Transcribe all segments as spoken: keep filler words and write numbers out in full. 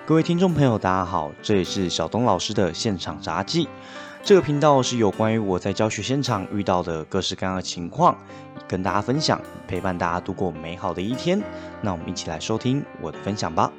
各位听众朋友，大家好，这里是小东老师的现场札记。这个频道是有关于我在教学现场遇到的各式各样的情况，跟大家分享，陪伴大家度过美好的一天。那我们一起来收听我的分享吧。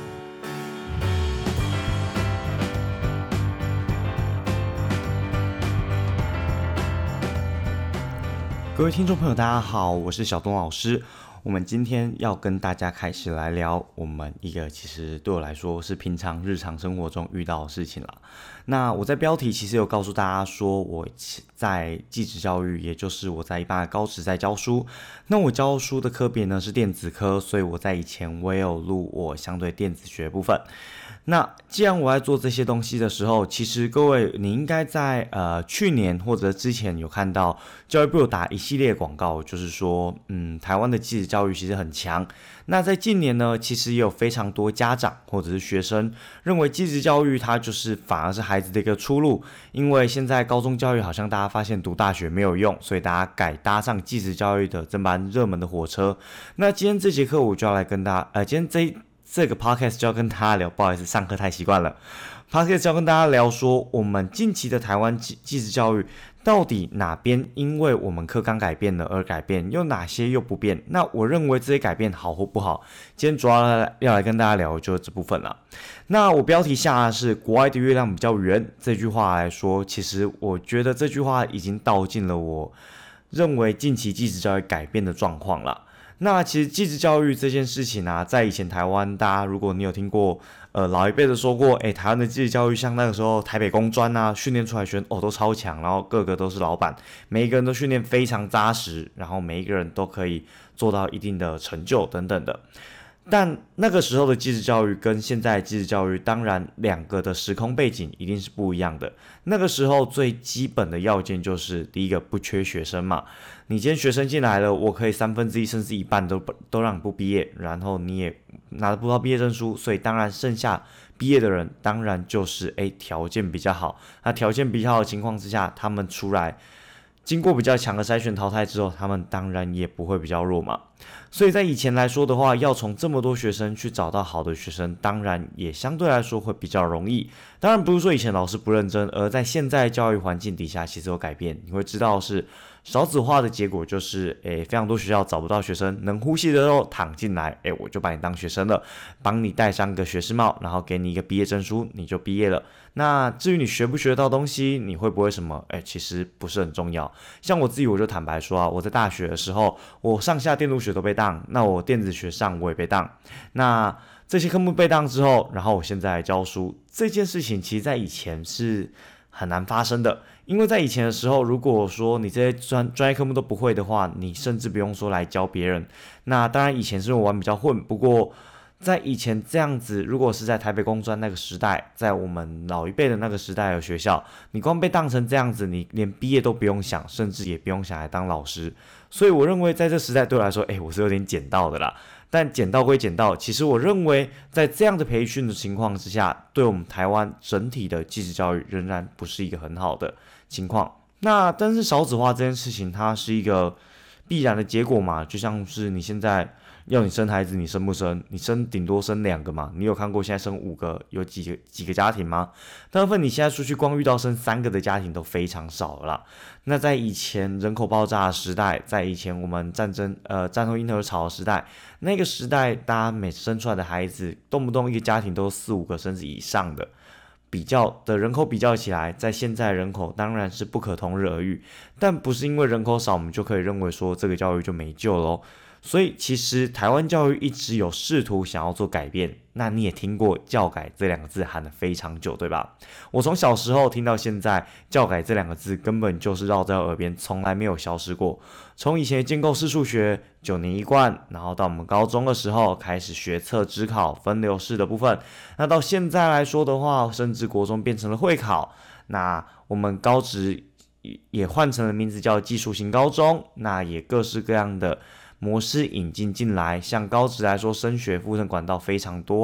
各位听众朋友，大家好，我是小东老师。我们今天要跟大家开始来聊我们一个其实对我来说是平常日常生活中遇到的事情啦。那我在标题其实有告诉大家说我在技职教育，也就是我在一般的高职在教书。那我教书的科别呢是电子科，所以我在以前我也有录我相对电子学部分。那既然我在做这些东西的时候，其实各位你应该在呃去年或者之前有看到教育部有打一系列广告，就是说嗯台湾的技职教育其实很强。那在近年呢，其实也有非常多家长或者是学生认为技职教育它就是反而是孩子的一个出路，因为现在高中教育好像大家发现读大学没有用，所以大家改搭上技职教育的这班热门的火车。那今天这节课我就要来跟大家呃今天这一这个 podcast 就要跟大家聊，不好意思，上课太习惯了。podcast 就要跟大家聊说，我们近期的台湾技职教育到底哪边因为我们课纲改变了而改变，又哪些又不变？那我认为这些改变好或不好，今天主要要来跟大家聊的就是这部分了。那我标题下的是国外的月亮比较圆这句话来说，其实我觉得这句话已经道尽了我认为近期技职教育改变的状况了。那其实技职教育这件事情啊，在以前台湾，大家如果你有听过，呃，老一辈的说过，哎，台湾的技职教育像那个时候台北工专啊，训练出来学生哦都超强，然后个个都是老板，每一个人都训练非常扎实，然后每一个人都可以做到一定的成就等等的。但那个时候的技职教育跟现在的技职教育，当然两个的时空背景一定是不一样的。那个时候最基本的要件就是，第一个不缺学生嘛，你今天学生进来了，我可以三分之一甚至一半都都让你不毕业，然后你也拿不到毕业证书，所以当然剩下毕业的人，当然就是哎条件比较好。那条件比较好的情况之下，他们出来经过比较强的筛选淘汰之后，他们当然也不会比较弱嘛。所以在以前来说的话，要从这么多学生去找到好的学生，当然也相对来说会比较容易。当然不是说以前老师不认真，而在现在教育环境底下其实有改变。你会知道是少子化的结果就是，诶，非常多学校找不到学生，能呼吸的时候躺进来，诶，我就把你当学生了，帮你戴上个学士帽，然后给你一个毕业证书，你就毕业了。那至于你学不学得到东西，你会不会什么，诶，其实不是很重要。像我自己，我就坦白说啊，我在大学的时候，我上下电路学都被当，那我电子学上我也被当，那这些科目被当之后，然后我现在来教书，这件事情其实在以前是很难发生的。因为在以前的时候，如果说你这些专专业科目都不会的话，你甚至不用说来教别人。那当然以前是我玩比较混，不过在以前这样子，如果是在台北工专那个时代，在我们老一辈的那个时代的学校，你光被当成这样子，你连毕业都不用想，甚至也不用想来当老师。所以我认为在这时代对我来说，哎，我是有点捡到的啦。但捡到归捡到，其实我认为在这样的培训的情况之下，对我们台湾整体的技职教育仍然不是一个很好的情况。那但是少子化这件事情，它是一个必然的结果嘛，就像是你现在要你生孩子，你生不生？你生顶多生两个嘛。你有看过现在生五个有几个几个家庭吗？大部分你现在出去光遇到生三个的家庭都非常少了啦。那在以前人口爆炸的时代，在以前我们战争呃战后婴儿潮的时代，那个时代大家每生出来的孩子，动不动一个家庭都四五个甚至以上的。比较的人口比较起来，在现在人口当然是不可同日而语，但不是因为人口少，我们就可以认为说这个教育就没救咯。所以其实台湾教育一直有试图想要做改变，那你也听过教改这两个字喊得非常久，对吧？我从小时候听到现在，教改这两个字根本就是绕在耳边，从来没有消失过。从以前的建构式数学九年一贯，然后到我们高中的时候开始学测指考分流式的部分，那到现在来说的话，甚至国中变成了会考，那我们高职也换成了名字叫技术型高中，那也各式各样的模式引进进来，像高职来说，升学附赠管道非常多啊。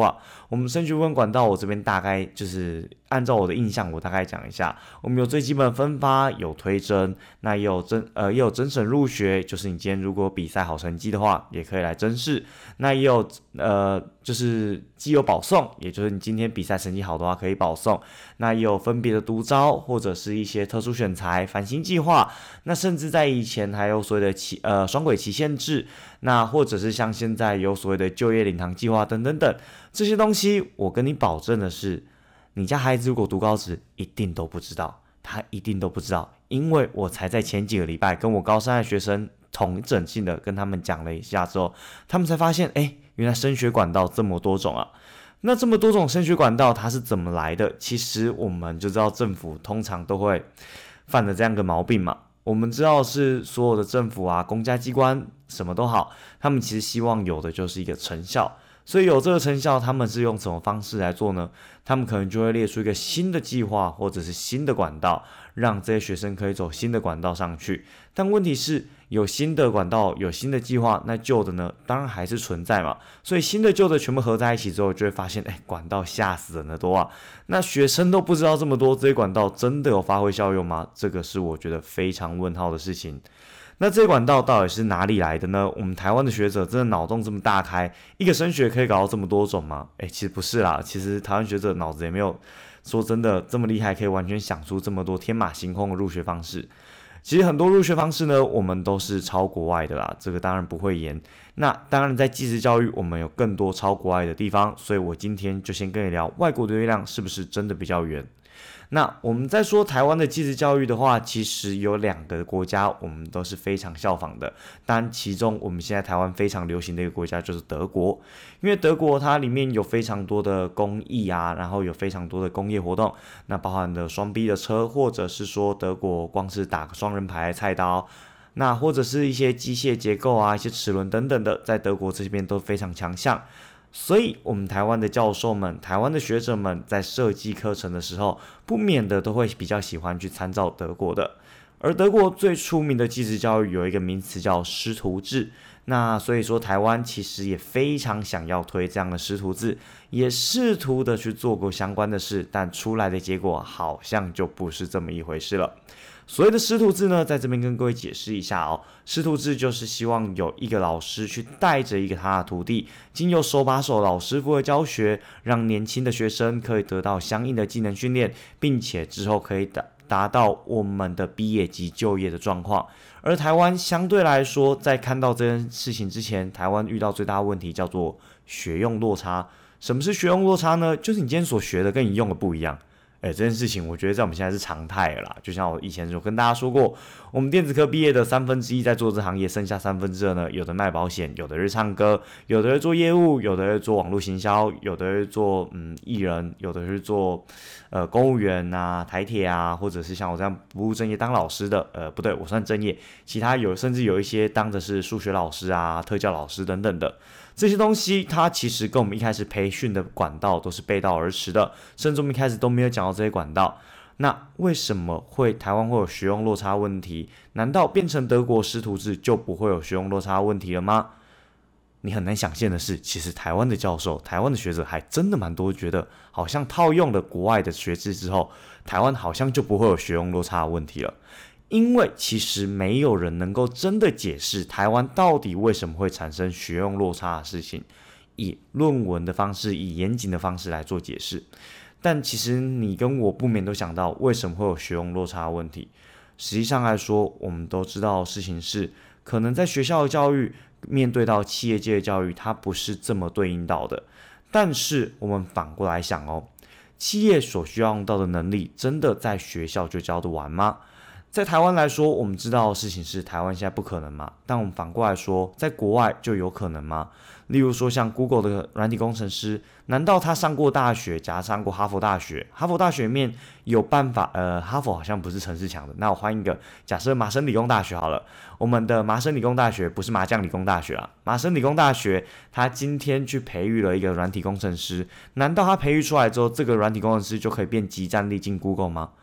我们升学部分管道，我这边大概就是按照我的印象，我大概讲一下。我们有最基本的分发，有推甄，那也有甄呃也有甄审入学，就是你今天如果比赛好成绩的话，也可以来甄试。那也有呃就是既有保送，也就是你今天比赛成绩好的话可以保送。那也有分别的独招，或者是一些特殊选材、繁星计划。那甚至在以前还有所谓的期呃双轨期限制，那或者是像现在有所谓的就业领航计划等等等这些东西，我跟你保证的是，你家孩子如果读高职，一定都不知道，他一定都不知道，因为我才在前几个礼拜跟我高三的学生统整性的跟他们讲了一下之后，他们才发现，哎，原来升学管道这么多种啊。那这么多种升学管道它是怎么来的？其实我们就知道政府通常都会犯了这样的毛病嘛。我们知道是所有的政府啊、公家机关什么都好，他们其实希望有的就是一个成效。所以有这个成效，他们是用什么方式来做呢？他们可能就会列出一个新的计划或者是新的管道，让这些学生可以走新的管道上去。但问题是，有新的管道，有新的计划，那旧的呢？当然还是存在嘛。所以新的旧的全部合在一起之后，就会发现，哎，管道吓死人的多啊！那学生都不知道这么多，这些管道真的有发挥效用吗？这个是我觉得非常问号的事情。那这些管道到底是哪里来的呢？我们台湾的学者真的脑洞这么大开，一个升学可以搞到这么多种吗？诶，其实不是啦，其实台湾学者脑子也没有说真的这么厉害，可以完全想出这么多天马行空的入学方式。其实很多入学方式呢，我们都是抄国外的啦，这个当然不会言。那当然在技职教育，我们有更多抄国外的地方，所以我今天就先跟你聊外国的月亮是不是真的比较圆。那我们在说台湾的技职教育的话，其实有两个国家我们都是非常效仿的。当然，其中我们现在台湾非常流行的一个国家就是德国，因为德国它里面有非常多的工艺啊，然后有非常多的工业活动，那包含了双 B 的车，或者是说德国光是打个双人牌菜刀，那或者是一些机械结构啊、一些齿轮等等的，在德国这边都非常强项。所以，我们台湾的教授们、台湾的学者们在设计课程的时候，不免的都会比较喜欢去参照德国的。而德国最出名的技职教育有一个名词叫师徒制，那所以说台湾其实也非常想要推这样的师徒制，也试图的去做过相关的事，但出来的结果好像就不是这么一回事了。所谓的师徒制呢，在这边跟各位解释一下哦。师徒制就是希望有一个老师去带着一个他的徒弟，经由手把手老师傅的教学，让年轻的学生可以得到相应的技能训练，并且之后可以达达到我们的毕业及就业的状况。而台湾相对来说，在看到这件事情之前，台湾遇到最大的问题叫做学用落差。什么是学用落差呢？就是你今天所学的跟你用的不一样。哎，这件事情我觉得在我们现在是常态了啦。就像我以前有跟大家说过，我们电子科毕业的三分之一在做这行业，剩下三分之二呢，有的卖保险，有的是唱歌，有的是做业务，有的是做网络行销，有的是做嗯艺人，有的是做呃公务员啊、台铁啊，或者是像我这样不务正业当老师的，呃不对，我算正业。其他有甚至有一些当的是数学老师啊、特教老师等等的。这些东西它其实跟我们一开始培训的管道都是背道而驰的，甚至我们一开始都没有讲到这些管道。那为什么会台湾会有学用落差问题？难道变成德国师徒制就不会有学用落差问题了吗？你很难想象的是，其实台湾的教授、台湾的学者还真的蛮多觉得，好像套用了国外的学制之后，台湾好像就不会有学用落差的问题了。因为其实没有人能够真的解释台湾到底为什么会产生学用落差的事情，以论文的方式、以严谨的方式来做解释。但其实你跟我不免都想到，为什么会有学用落差的问题？实际上来说，我们都知道的事情是，可能在学校的教育面对到企业界的教育，它不是这么对应到的。但是我们反过来想哦，企业所需要用到的能力，真的在学校就教得完吗？在台湾来说，我们知道的事情是台湾现在不可能嘛，但我们反过来说，在国外就有可能吗？例如说像 Google 的软体工程师，难道他上过大学，假如上过哈佛大学，哈佛大学里面有办法，呃，哈佛好像不是程式强的，那我换一个，假设麻省理工大学好了，我们的麻省理工大学不是麻将理工大学啊，麻省理工大学，他今天去培育了一个软体工程师，难道他培育出来之后，这个软体工程师就可以变即战力进 Google 吗？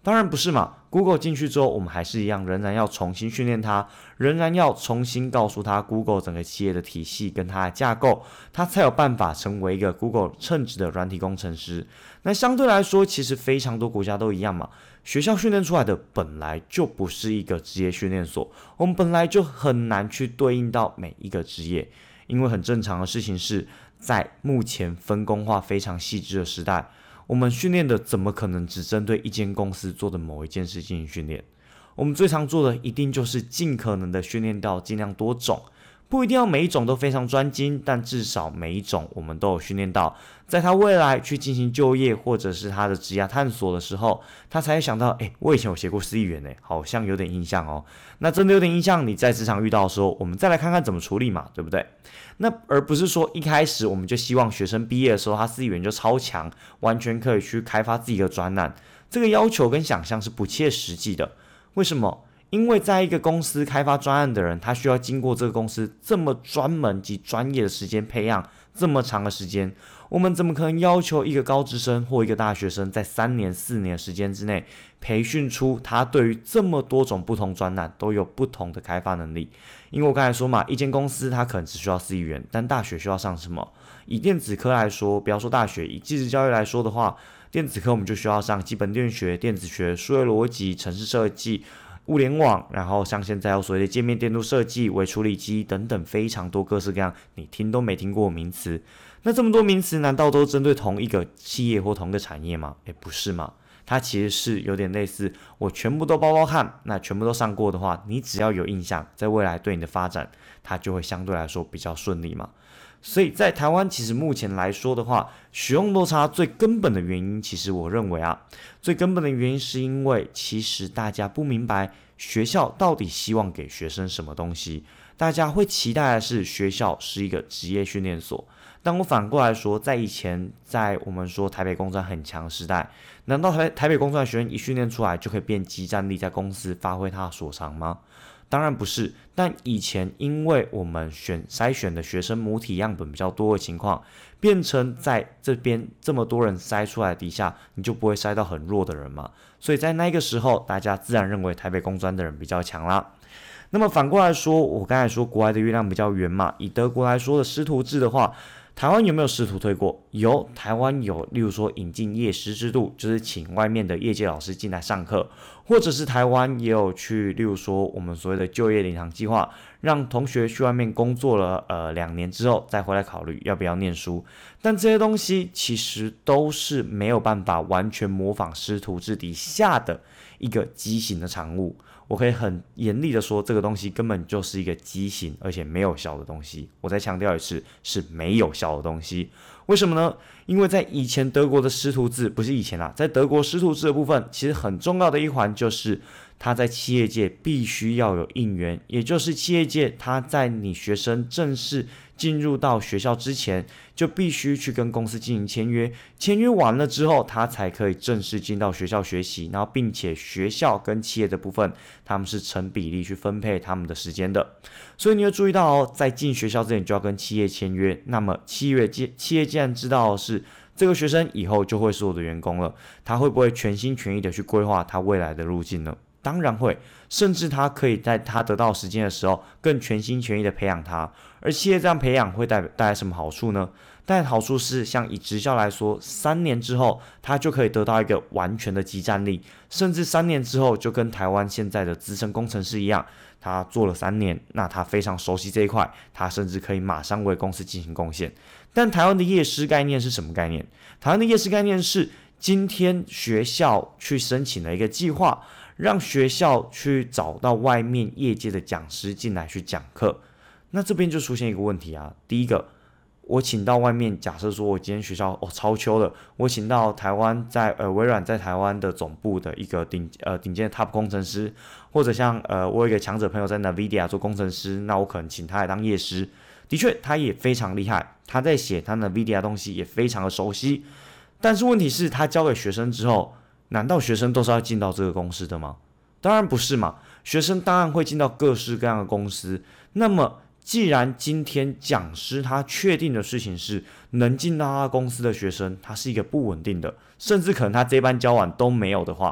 当然不是嘛 ，Google 进去之后，我们还是一样，仍然要重新训练它，仍然要重新告诉它 Google 整个企业的体系跟它的架构，它才有办法成为一个 Google 称职的软体工程师。那相对来说，其实非常多国家都一样嘛，学校训练出来的本来就不是一个职业训练所，我们本来就很难去对应到每一个职业，因为很正常的事情是，在目前分工化非常细致的时代，我们训练的怎么可能只针对一间公司做的某一件事进行训练？我们最常做的一定就是尽可能的训练到尽量多种，不一定要每一种都非常专精，但至少每一种我们都有训练到，在他未来去进行就业或者是他的职业探索的时候，他才会想到，哎，我以前有写过司仪员呢，好像有点印象哦。那真的有点印象，你在职场遇到的时候，我们再来看看怎么处理嘛，对不对？那而不是说一开始我们就希望学生毕业的时候，他司仪员就超强，完全可以去开发自己的专栏。这个要求跟想象是不切实际的。为什么？因为在一个公司开发专案的人，他需要经过这个公司这么专门及专业的时间培养，这么长的时间，我们怎么可能要求一个高职生或一个大学生在三年、四年的时间之内培训出他对于这么多种不同专案都有不同的开发能力？因为我刚才说嘛，一间公司它可能只需要司仪员，但大学需要上什么？以电子科来说，不要说大学，以技职教育来说的话，电子科我们就需要上基本电学、电子学、数位逻辑、程式设计、物联网，然后像现在有所谓的界面电路设计、微处理机等等非常多各式各样你听都没听过的名词。那这么多名词难道都针对同一个企业或同一个产业吗？诶，不是嘛，它其实是有点类似我全部都包包看，那全部都上过的话，你只要有印象，在未来对你的发展它就会相对来说比较顺利嘛。所以在台湾其实目前来说的话，使用落差最根本的原因，其实我认为啊，最根本的原因是因为其实大家不明白学校到底希望给学生什么东西，大家会期待的是学校是一个职业训练所。但我反过来说，在以前，在我们说台北工专很强的时代，难道台台北工专的学生一训练出来就可以变即战力，在公司发挥他的所长吗？当然不是，但以前因为我们选筛选的学生母体样本比较多的情况，变成在这边这么多人筛出来底下，你就不会筛到很弱的人嘛。所以在那个时候，大家自然认为台北工专的人比较强啦。那么反过来说，我刚才说国外的月亮比较圆嘛，以德国来说的师徒制的话，台湾有没有师徒推过？有，台湾有，例如说引进业师制度，就是请外面的业界老师进来上课，或者是台湾也有去，例如说我们所谓的就业领航计划，让同学去外面工作了呃两年之后，再回来考虑要不要念书。但这些东西其实都是没有办法完全模仿师徒制底下的一个畸形的产物。我可以很严厉的说，这个东西根本就是一个畸形而且没有效的东西。我再强调一次，是没有效的东西。为什么呢？因为在以前德国的师徒制，不是以前啦，在德国师徒制的部分，其实很重要的一环就是它在企业界必须要有应援，也就是企业界它在你学生正式进入到学校之前，就必须去跟公司进行签约，签约完了之后，他才可以正式进到学校学习，然后并且学校跟企业的部分，他们是成比例去分配他们的时间的。所以你要注意到哦，在进学校之前就要跟企业签约，那么企业企业既然知道的是这个学生以后就会是我的员工了，他会不会全心全意的去规划他未来的路径呢？当然会，甚至他可以在他得到时间的时候，更全心全意的培养他。而企业这样培养会带带来什么好处呢？带来好处是，像以职校来说，三年之后他就可以得到一个完全的即战力，甚至三年之后就跟台湾现在的资深工程师一样，他做了三年，那他非常熟悉这一块，他甚至可以马上为公司进行贡献。但台湾的业师概念是什么概念？台湾的业师概念是，今天学校去申请了一个计划，让学校去找到外面业界的讲师进来去讲课。那这边就出现一个问题啊，第一个，我请到外面，假设说我今天学校哦超秋的，我请到台湾在呃微软在台湾的总部的一个顶呃顶尖的 top 工程师，或者像呃我有一个强者朋友在 NVIDIA 做工程师，那我可能请他来当业师。的确，他也非常厉害，他在写他 NVIDIA 的东西也非常的熟悉。但是问题是，他教给学生之后，难道学生都是要进到这个公司的吗？当然不是嘛，学生当然会进到各式各样的公司。那么既然今天讲师他确定的事情是能进到他公司的学生，他是一个不稳定的，甚至可能他这班教完都没有的话，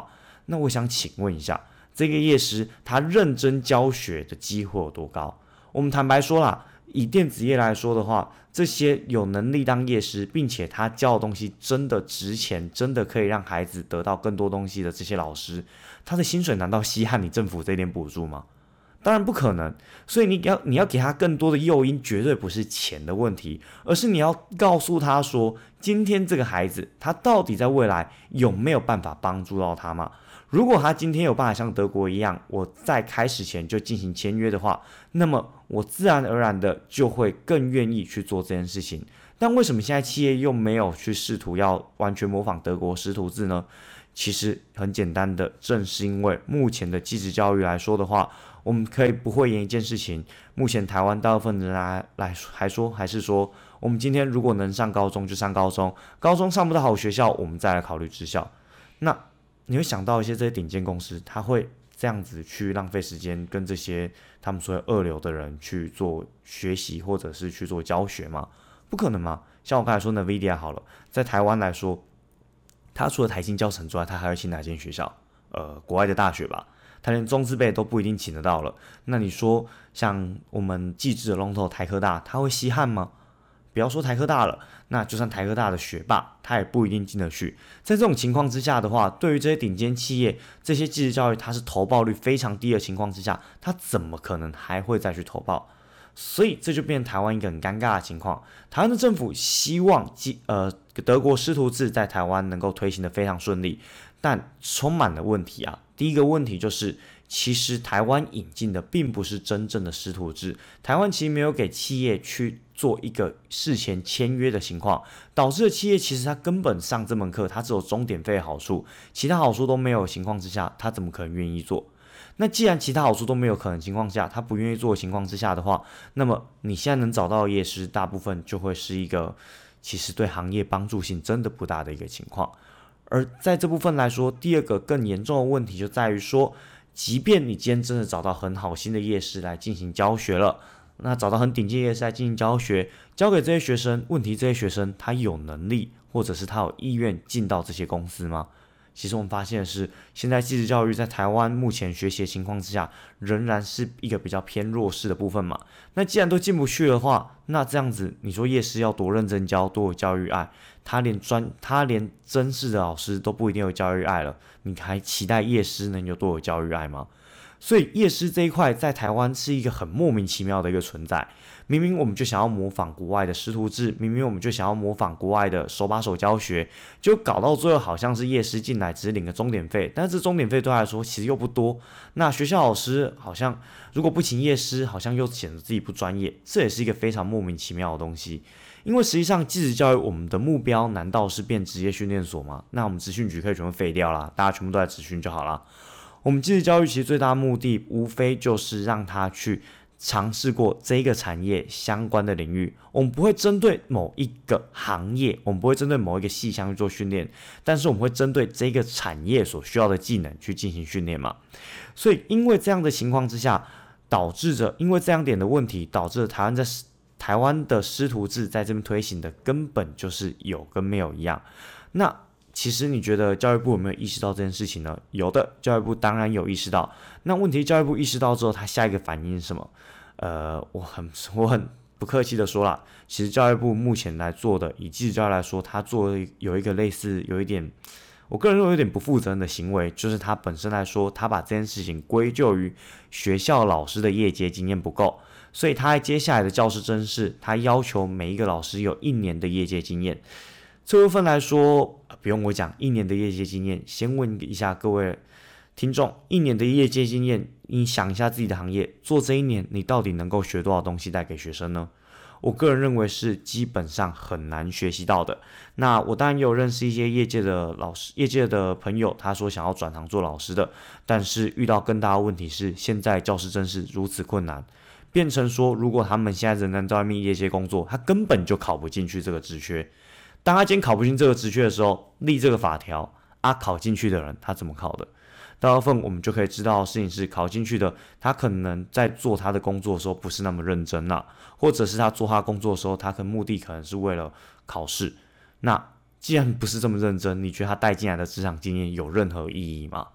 那我想请问一下，这个业师他认真教学的机会有多高？我们坦白说啦，以电子业来说的话，这些有能力当业师，并且他教的东西真的值钱，真的可以让孩子得到更多东西的这些老师，他的薪水难道稀罕你政府这点补助吗？当然不可能，所以你要你要给他更多的诱因，绝对不是钱的问题，而是你要告诉他说，今天这个孩子他到底在未来有没有办法帮助到他吗？如果他今天有办法像德国一样，我在开始前就进行签约的话，那么我自然而然的就会更愿意去做这件事情。但为什么现在企业又没有去试图要完全模仿德国师徒制呢？其实很简单的，正是因为目前的技职教育来说的话，我们可以不会演一件事情。目前台湾大部分人来来还说，还是说，我们今天如果能上高中就上高中，高中上不到好学校，我们再来考虑职校。那你会想到一些这些顶尖公司，他会这样子去浪费时间跟这些他们所谓二流的人去做学习，或者是去做教学吗？不可能嘛。像我刚才说 NVIDIA 好了，在台湾来说，他除了台清教程之外，他还会请哪间学校？呃，国外的大学吧。他连中字辈都不一定请得到了。那你说，像我们技职的龙头台科大，他会稀罕吗？不要说台科大了，那就算台科大的学霸，他也不一定进得去。在这种情况之下的话，对于这些顶尖企业，这些技职教育它是投报率非常低的情况之下，他怎么可能还会再去投报？所以这就变成台湾一个很尴尬的情况。台湾的政府希望呃德国师徒制在台湾能够推行的非常顺利，但充满了问题啊。第一个问题就是，其实台湾引进的并不是真正的师徒制，台湾其实没有给企业去做一个事前签约的情况，导致企业其实他根本上这门课，他只有钟点费的好处，其他好处都没有的情况之下，他怎么可能愿意做？那既然其他好处都没有可能情况下，他不愿意做的情况之下的话，那么你现在能找到的业师，大部分就会是一个其实对行业帮助性真的不大的一个情况。而在这部分来说，第二个更严重的问题就在于说，即便你今天真的找到很好心的业师来进行教学了，那找到很顶尖的业师来进行教学，教给这些学生，问题这些学生他有能力，或者是他有意愿进到这些公司吗？其实我们发现的是，现在技职教育在台湾目前学习的情况之下，仍然是一个比较偏弱势的部分嘛。那既然都进不去的话，那这样子，你说业师要多认真教，多有教育爱，他连专他连真试的老师都不一定有教育爱了，你还期待业师能有多有教育爱吗？所以业师这一块在台湾是一个很莫名其妙的一个存在。明明我们就想要模仿国外的师徒制，明明我们就想要模仿国外的手把手教学，就搞到最后好像是业师进来只是领个钟点费，但是这钟点费对他来说其实又不多。那学校老师好像如果不请业师，好像又显得自己不专业，这也是一个非常莫名其妙的东西。因为实际上技职教育我们的目标难道是变职业训练所吗？那我们职训局可以全部废掉啦，大家全部都在职训就好啦。我们技职教育其实最大的目的无非就是让他去尝试过这个产业相关的领域，我们不会针对某一个行业，我们不会针对某一个细项去做训练，但是我们会针对这个产业所需要的技能去进行训练嘛。所以因为这样的情况之下，导致着因为这样点的问题，导致了台湾在台湾的师徒制在这边推行的根本就是有跟没有一样。那其实你觉得教育部有没有意识到这件事情呢？有的，教育部当然有意识到。那问题教育部意识到之后，他下一个反应是什么？呃，我很我很不客气的说啦，其实教育部目前来做的，以技职教育来说，他做有一个类似有一点，我个人认为有点不负责任的行为，就是他本身来说，他把这件事情归咎于学校老师的业界经验不够，所以他在接下来的教师甄试，他要求每一个老师有一年的业界经验。这部分来说，不用我讲，一年的业界经验，先问一下各位听众，一年的业界经验，你想一下自己的行业，做这一年，你到底能够学多少东西带给学生呢？我个人认为是基本上很难学习到的。那我当然也有认识一些业界的老师、业界的朋友，他说想要转行做老师的，但是遇到更大的问题是，现在教师甄试如此困难，变成说，如果他们现在仍然在外面业界工作，他根本就考不进去这个职缺。当他今天考不进这个职缺的时候，立这个法条啊，考进去的人他怎么考的？大部分我们就可以知道的事情是，考进去的他可能在做他的工作的时候不是那么认真啦、啊，或者是他做他工作的时候，他的目的可能是为了考试。那既然不是这么认真，你觉得他带进来的职场经验有任何意义吗？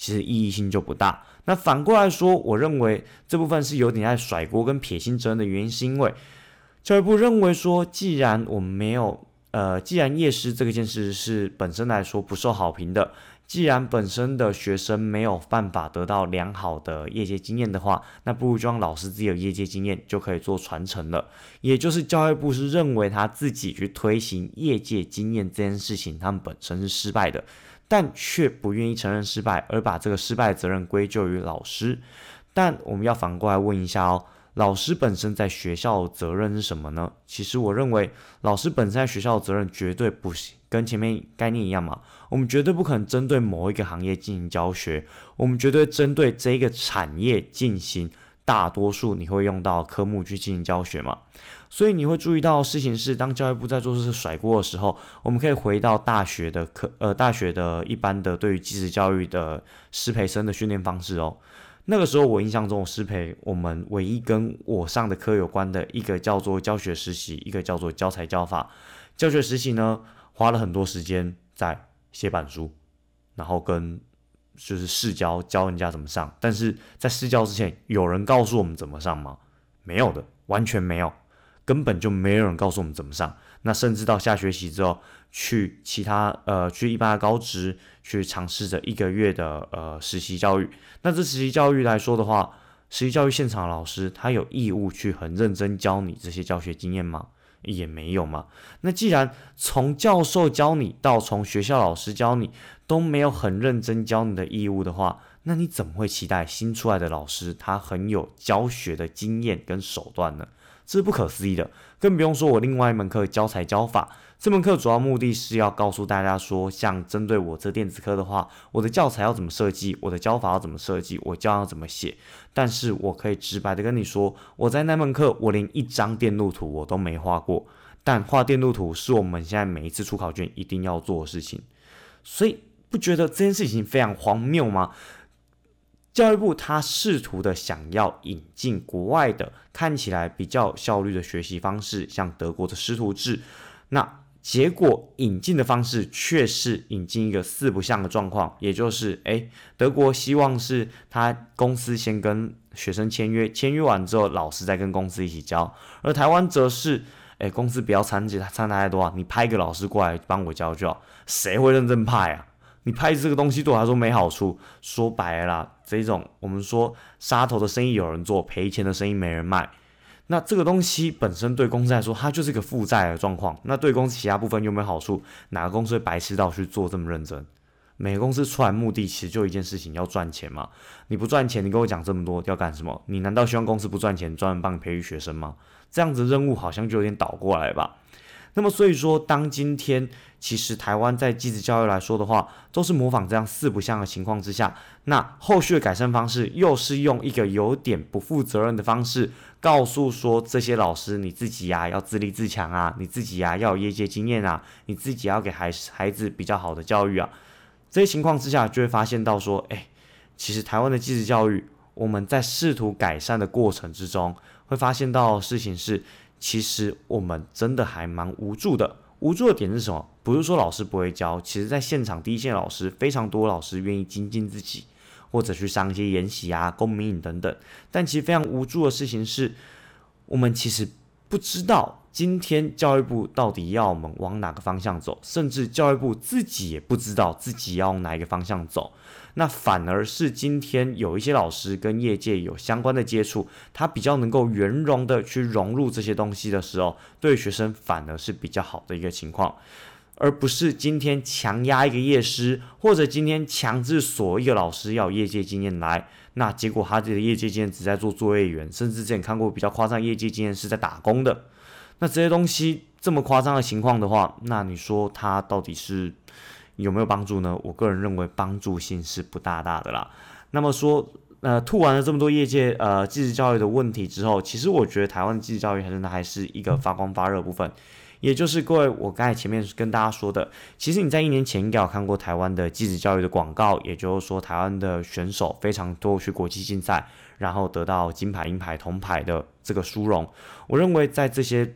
其实意义性就不大。那反过来说，我认为这部分是有点在甩锅跟撇清责任的原因，是因为教育部认为说，既然我们没有呃，既然业师这件事是本身来说不受好评的，既然本身的学生没有办法得到良好的业界经验的话，那不如就让老师自己有业界经验就可以做传承了。也就是教育部是认为他自己去推行业界经验这件事情，他们本身是失败的，但却不愿意承认失败，而把这个失败的责任归咎于老师。但我们要反过来问一下哦，老师本身在学校的责任是什么呢？其实我认为老师本身在学校的责任绝对不行，跟前面概念一样嘛，我们绝对不可能针对某一个行业进行教学，我们绝对针对这个产业进行大多数你会用到科目去进行教学嘛。所以你会注意到的事情是，当教育部在做这个甩锅的时候，我们可以回到大学的课呃大学的一般的对于技职教育的师培生的训练方式哦。那个时候我印象中，我师培我们唯一跟我上的科有关的一个叫做教学实习，一个叫做教材教法。教学实习呢，花了很多时间在写板书，然后跟就是试教教人家怎么上。但是在试教之前，有人告诉我们怎么上吗？没有的，完全没有，根本就没有人告诉我们怎么上。那甚至到下学期之后，去其他呃去一般的高职去尝试着一个月的呃实习教育。那这实习教育来说的话，实习教育现场的老师他有义务去很认真教你这些教学经验吗？也没有嘛。那既然从教授教你到从学校老师教你都没有很认真教你的义务的话，那你怎么会期待新出来的老师他很有教学的经验跟手段呢？这是不可思议的。更不用说我另外一门课教材教法，这门课主要目的是要告诉大家说，像针对我这电子科的话，我的教材要怎么设计，我的教法要怎么设计，我教要怎么写。但是我可以直白的跟你说，我在那门课我连一张电路图我都没画过，但画电路图是我们现在每一次出考卷一定要做的事情。所以不觉得这件事情非常荒谬吗？教育部他试图的想要引进国外的看起来比较有效率的学习方式，像德国的师徒制，那结果引进的方式却是引进一个四不像的状况，也就是诶德国希望是他公司先跟学生签约，签约完之后老师再跟公司一起教，而台湾则是诶公司不要参加参加太多啊，你派一个老师过来帮我教就好，谁会认真派啊？你拍这个东西对我来说没好处，说白了啦，这种我们说杀头的生意有人做，赔钱的生意没人卖。那这个东西本身对公司来说，它就是一个负债的状况。那对公司其他部分有没有好处？哪个公司会白痴到去做这么认真？每个公司出来目的其实就一件事情，要赚钱嘛。你不赚钱，你跟我讲这么多要干什么？你难道希望公司不赚钱，专门帮你培育学生吗？这样子任务好像就有点倒过来吧。那么所以说，当今天其实台湾在技职教育来说的话，都是模仿这样四不像的情况之下，那后续的改善方式又是用一个有点不负责任的方式，告诉说这些老师你自己呀、啊、要自立自强啊，你自己呀、啊、要有业界经验啊，你自己要给孩孩子比较好的教育啊。这些情况之下，就会发现到说，哎，其实台湾的技职教育，我们在试图改善的过程之中，会发现到的事情是，其实我们真的还蛮无助的。无助的点是什么？不是说老师不会教，其实在现场第一线老师非常多，老师愿意精进自己，或者去上一些研习啊、公民营等等。但其实非常无助的事情是，我们其实不知道今天教育部到底要我们往哪个方向走，甚至教育部自己也不知道自己要往哪一个方向走。那反而是今天有一些老师跟业界有相关的接触，他比较能够圆融的去融入这些东西的时候，对学生反而是比较好的一个情况，而不是今天强压一个业师，或者今天强制所一个老师要有业界经验来，那结果他自己的业界经验只在做作业员，甚至之前看过比较夸张的业界经验是在打工的。那这些东西这么夸张的情况的话，那你说他到底是有没有帮助呢？我个人认为帮助性是不大大的啦。那么说，呃，吐完了这么多业界呃技职教育的问题之后，其实我觉得台湾的技职教育真的还是一个发光发热的部分。也就是各位，我刚才前面跟大家说的，其实你在一年前应该有看过台湾的技职教育的广告，也就是说台湾的选手非常多去国际竞赛，然后得到金牌、银牌、铜牌的这个殊荣。我认为在这些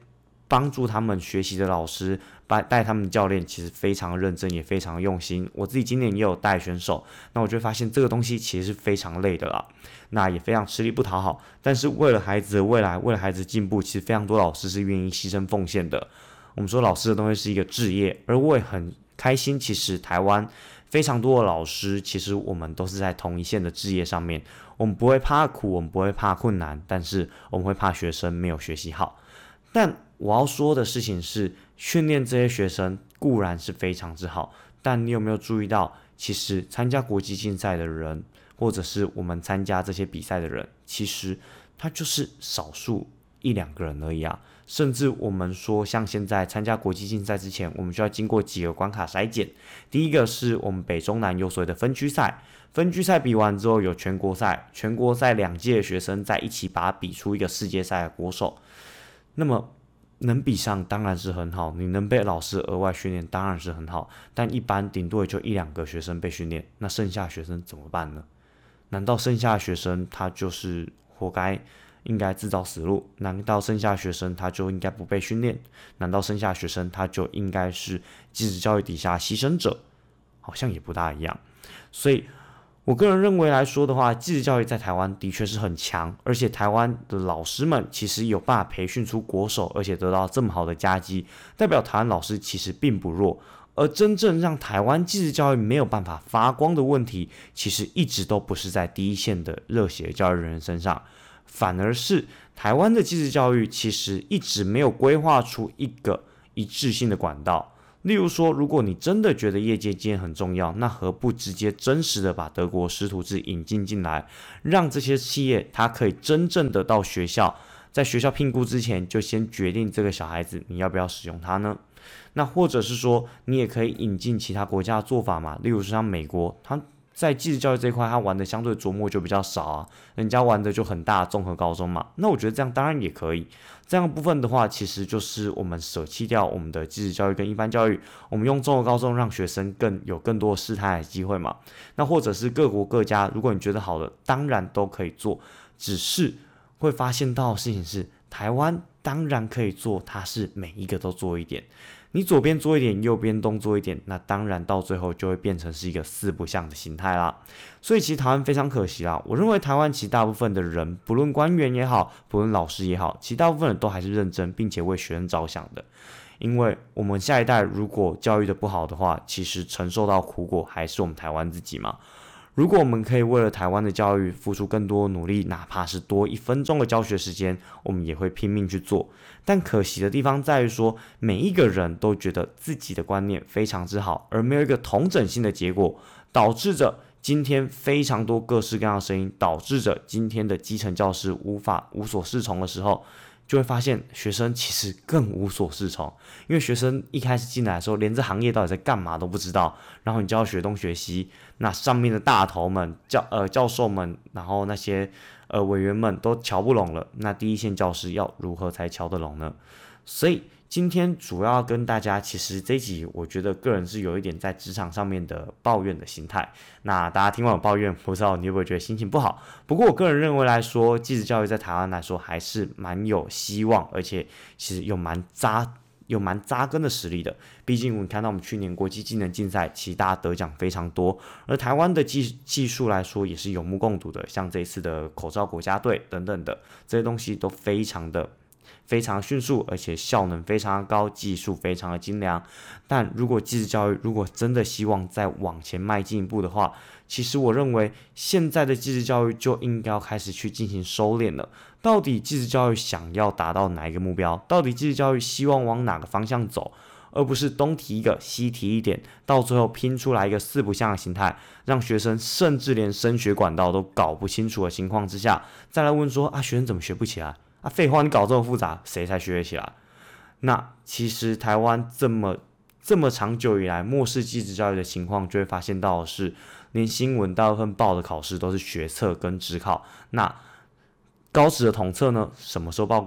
帮助他们学习的老师，带他们的教练其实非常认真，也非常用心。我自己今年也有带选手，那我就发现这个东西其实是非常累的啦，那也非常吃力不讨好。但是为了孩子的未来，为了孩子进步，其实非常多老师是愿意牺牲奉献的。我们说老师的东西是一个志业，而我也很开心，其实台湾非常多的老师，其实我们都是在同一线的志业上面。我们不会怕苦，我们不会怕困难，但是我们会怕学生没有学习好。但我要说的事情是，训练这些学生固然是非常之好，但你有没有注意到，其实参加国际竞赛的人，或者是我们参加这些比赛的人，其实他就是少数一两个人而已啊。甚至我们说，像现在参加国际竞赛之前，我们需要经过几个关卡筛检。第一个是我们北中南有所谓的分区赛，分区赛比完之后有全国赛，全国赛两届的学生在一起把它比出一个世界赛的国手。那么能比上当然是很好，你能被老师额外训练当然是很好，但一般顶多也就一两个学生被训练，那剩下的学生怎么办呢？难道剩下的学生他就是活该应该自找死路？难道剩下的学生他就应该不被训练？难道剩下的学生他就应该是技职教育底下牺牲者？好像也不大一样。所以我个人认为来说的话，技职教育在台湾的确是很强，而且台湾的老师们其实有办法培训出国手，而且得到这么好的佳绩，代表台湾老师其实并不弱。而真正让台湾技职教育没有办法发光的问题，其实一直都不是在第一线的热血教育人员身上，反而是台湾的技职教育其实一直没有规划出一个一致性的管道。例如说，如果你真的觉得业界经验很重要，那何不直接真实的把德国师徒制引进进来，让这些企业它可以真正的到学校，在学校聘雇之前就先决定这个小孩子你要不要使用它呢？那或者是说，你也可以引进其他国家的做法嘛，例如说像美国，它在技职教育这一块，他玩的相对琢磨就比较少啊，人家玩的就很大综合高中嘛。那我觉得这样当然也可以。这样的部分的话，其实就是我们舍弃掉我们的技职教育跟一般教育，我们用综合高中让学生更有更多的试探的机会嘛。那或者是各国各家，如果你觉得好的，当然都可以做，只是会发现到的事情是，台湾当然可以做，它是每一个都做一点。你左边做一点，右边东做一点，那当然到最后就会变成是一个四不像的形态啦。所以其实台湾非常可惜啦。我认为台湾其实大部分的人，不论官员也好，不论老师也好，其实大部分人都还是认真并且为学生着想的。因为我们下一代如果教育的不好的话，其实承受到苦果还是我们台湾自己嘛。如果我们可以为了台湾的教育付出更多努力，哪怕是多一分钟的教学时间，我们也会拼命去做。但可惜的地方在于说，每一个人都觉得自己的观念非常之好，而没有一个同整性的结果，导致着今天非常多各式各样的声音，导致着今天的基层教师无法无所适从的时候，就会发现学生其实更无所适从，因为学生一开始进来的时候，连这行业到底在干嘛都不知道，然后你就要学东学西，那上面的大头们、教呃教授们，然后那些呃委员们都瞧不拢了，那第一线教师要如何才瞧得拢呢？所以今天主要跟大家，其实这一集我觉得个人是有一点在职场上面的抱怨的心态。那大家听完我抱怨，不知道你会不会觉得心情不好？不过我个人认为来说，技职教育在台湾来说还是蛮有希望，而且其实有蛮扎有蛮扎根的实力的。毕竟我们看到我们去年国际技能竞赛，其实大家得奖非常多，而台湾的技技术来说也是有目共睹的，像这一次的口罩国家队等等的这些东西都非常的。非常迅速，而且效能非常高，技术非常的精良。但如果技职教育如果真的希望再往前迈进一步的话，其实我认为现在的技职教育就应该要开始去进行收敛了。到底技职教育想要达到哪一个目标？到底技职教育希望往哪个方向走？而不是东提一个西提一点，到最后拼出来一个四不像的形态，让学生甚至连升学管道都搞不清楚的情况之下，再来问说啊，学生怎么学不起来？啊，废话，你搞这么复杂，谁才学得起来？那其实台湾这么这么长久以来漠视技职教育的情况，就会发现到的是，连新闻大部分报的考试都是学测跟指考。那高职的统测呢，什么时候报过呢？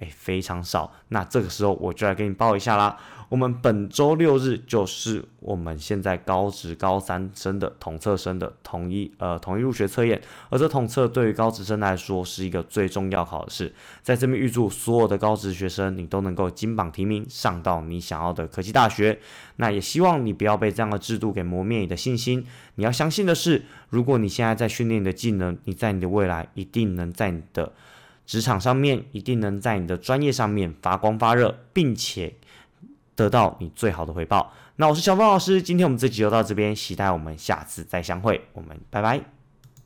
诶非常少。那这个时候我就来给你报一下啦。我们本周六日就是我们现在高职高三生的统测生的统一呃统一入学测验，而这统测对于高职生来说是一个最重要考试。在这边预祝所有的高职学生你都能够金榜题名，上到你想要的科技大学。那也希望你不要被这样的制度给磨灭你的信心。你要相信的是，如果你现在在训练你的技能，你在你的未来一定能在你的职场上面，一定能在你的专业上面发光发热，并且得到你最好的回报。那我是小峰老师，今天我们这集就到这边，期待我们下次再相会，我们拜拜。